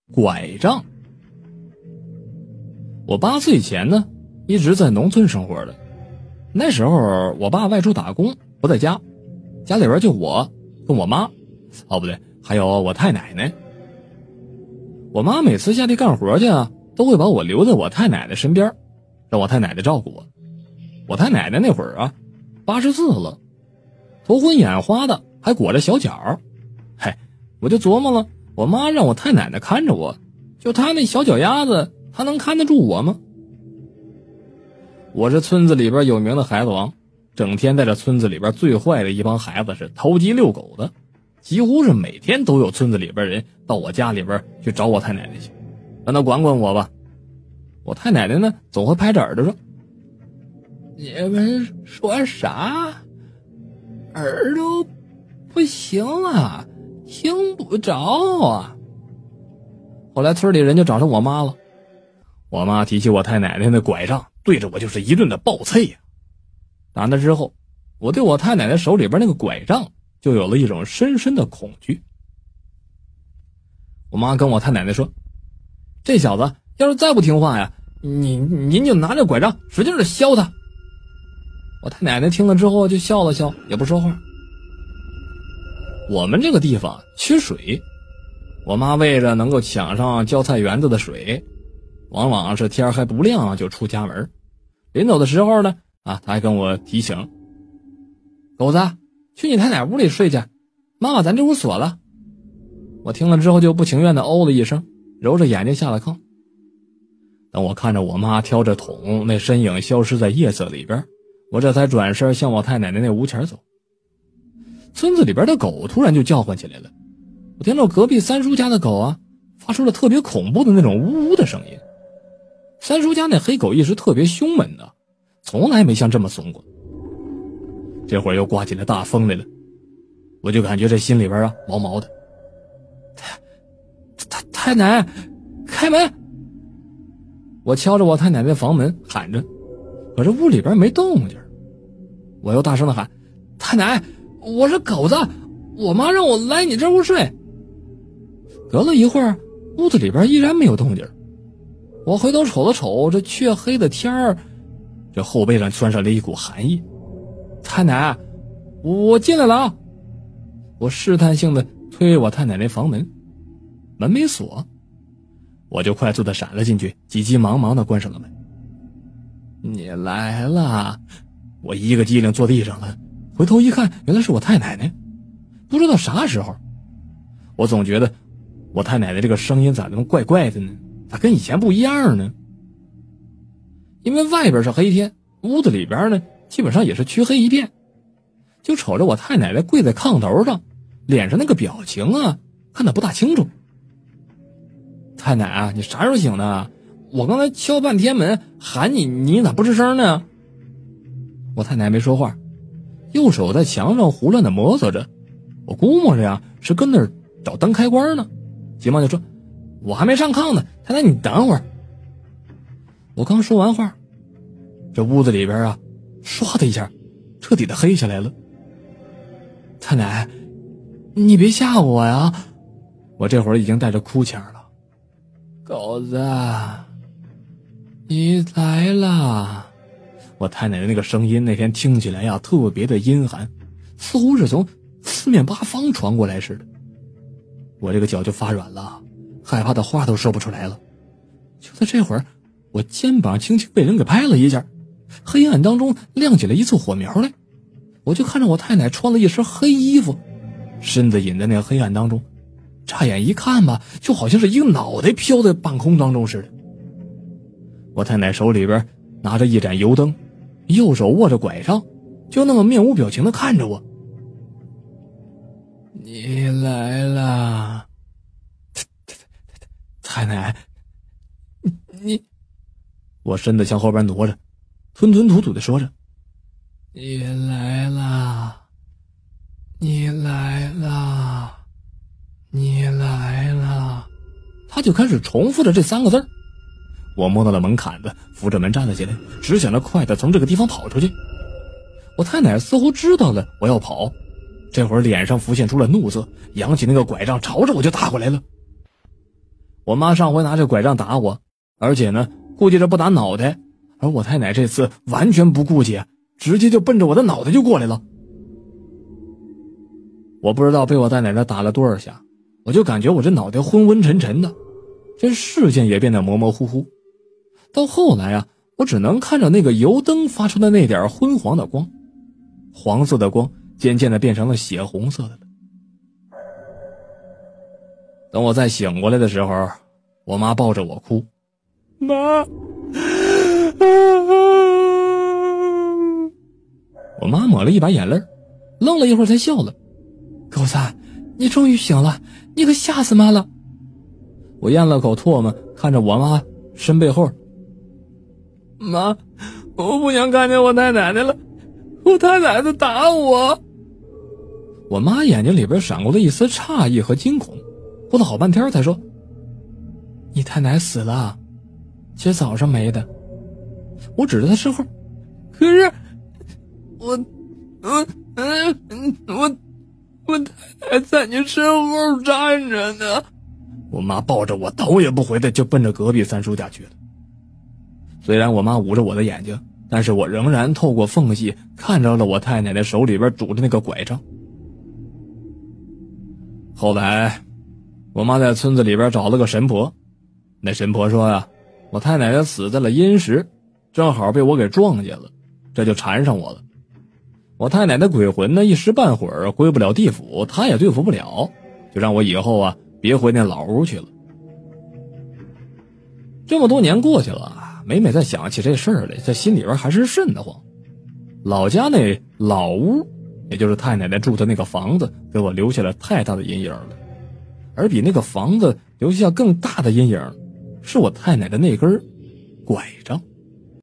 拐杖。我8岁前呢，一直在农村生活的。那时候我爸外出打工不在家，家里边就我跟我妈，不对，还有我太奶奶。我妈每次下地干活去啊，都会把我留在我太奶奶身边，让我太奶奶照顾我。我太奶奶那会儿啊84了，头昏眼花的，还裹着小脚。我就琢磨了，我妈让我太奶奶看着我，就她那小脚丫子，她能看得住我吗？我是村子里边有名的孩子王，整天带着村子里边最坏的一帮孩子是偷鸡遛狗的，几乎是每天都有村子里边人到我家里边去找我太奶奶去，让她管管我吧。我太奶奶呢，总会拍着耳朵说：“你们说啥？耳朵不行啊，听不着啊。”后来村里人就找上我妈了，我妈提起我太奶奶那拐杖，对着我就是一顿的暴啐呀。打那之后，我对我太奶奶手里边那个拐杖就有了一种深深的恐惧。我妈跟我太奶奶说：“这小子要是再不听话呀，您就拿着拐杖使劲的削他。”我太奶奶听了之后就笑了笑，也不说话。我们这个地方缺水，我妈为着能够抢上浇菜园子的水，往往是天还不亮就出家门。临走的时候呢，她还跟我提醒：“狗子，去你太奶屋里睡去，妈妈咱这屋锁了。”我听了之后就不情愿的哦了一声，揉着眼睛下了炕。等我看着我妈挑着桶，那身影消失在夜色里边，我这才转身向我太奶奶那屋前走。村子里边的狗突然就叫唤起来了，我听到隔壁三叔家的狗啊，发出了特别恐怖的那种呜呜的声音。三叔家那黑狗一直特别凶猛的，从来没像这么怂过。这会儿又刮起了大风来了，我就感觉这心里边啊毛毛的。太奶，开门！我敲着我太奶奶房门喊着，可是屋里边没动静。我又大声的喊：“太奶，我是狗子，我妈让我来你这屋睡。”隔了一会儿，屋子里边依然没有动静。我回头瞅了瞅这黢黑的天儿，这后背上窜上了一股寒意。太奶，我进来了啊！我试探性的推我太奶奶房门，门没锁，我就快速的闪了进去，急急忙忙的关上了门。你来了！我一个机灵坐地上了，回头一看，原来是我太奶奶。不知道啥时候，我总觉得我太奶奶这个声音咋那么怪怪的呢？咋跟以前不一样呢？因为外边是黑天，屋子里边呢基本上也是黢黑一片，就瞅着我太奶奶跪在炕头上，脸上那个表情啊看得不大清楚。太奶啊，你啥时候醒的？我刚才敲半天门喊你，你咋不吱声呢？我太奶没说话，右手在墙上胡乱的摸索着，我估摸着呀是跟那儿找灯开关呢，急忙就说：“我还没上炕呢，太奶你等会儿。”我刚说完话，这屋子里边啊唰的一下彻底的黑下来了。太奶，你别吓唬我呀！我这会儿已经带着哭腔了。狗子，你来了！我太奶奶那个声音那天听起来呀特别的阴寒，似乎是从四面八方传过来似的。我这个脚就发软了，害怕的话都说不出来了。就在这会儿，我肩膀轻轻被人给拍了一下，黑暗当中亮起了一簇火苗来。我就看着我太奶穿了一身黑衣服，身子隐在那个黑暗当中，乍眼一看吧，就好像是一个脑袋飘在半空当中似的。我太奶手里边拿着一盏油灯，右手握着拐杖，就那么面无表情地看着我。你来了，太奶，你，我身子向后边挪着，吞吞吐吐地说着：“你来了，你来了，你来了。”他就开始重复着这3个字。我摸到了门槛子，扶着门站了起来，只想着快点从这个地方跑出去。我太奶似乎知道了我要跑，这会儿脸上浮现出了怒色，扬起那个拐杖朝着我就打过来了。 我妈上回拿着拐杖打我，而且呢顾忌着不打脑袋，而我太奶这次完全不顾忌，直接就奔着我的脑袋就过来了。我不知道被我太奶这打了多少下，我就感觉我这脑袋昏昏沉沉的，这视线也变得模模糊糊。到后来啊，我只能看着那个油灯发出的那点昏黄的光，黄色的光渐渐的变成了血红色的了。等我再醒过来的时候，我妈抱着我哭，妈，我妈抹了一把眼泪，愣了一会儿才笑了。狗子，你终于醒了，你可吓死妈了。我咽了口唾沫，看着我妈身背后，妈，我不想看见我太奶奶了，我太奶奶打我。我妈眼睛里边闪过了一丝诧异和惊恐，过了好半天才说，你太奶死了，今儿早上没的。我指着她身后，可是我太奶在你身后站着呢。我妈抱着我头也不回的就奔着隔壁三叔家去了。虽然我妈捂着我的眼睛，但是我仍然透过缝隙看着了我太奶奶手里边拄着那个拐杖。后来我妈在村子里边找了个神婆，那神婆说呀，我太奶奶死在了阴时，正好被我给撞见了，这就缠上我了。我太奶奶鬼魂呢，一时半会儿回不了地府，她也对付不了，就让我以后啊别回那老屋去了。这么多年过去了，每每再想起这事儿来，这心里边还是瘆得慌。老家那老屋，也就是太奶奶住的那个房子，给我留下了太大的阴影了。而比那个房子留下更大的阴影，是我太奶的那根拐杖。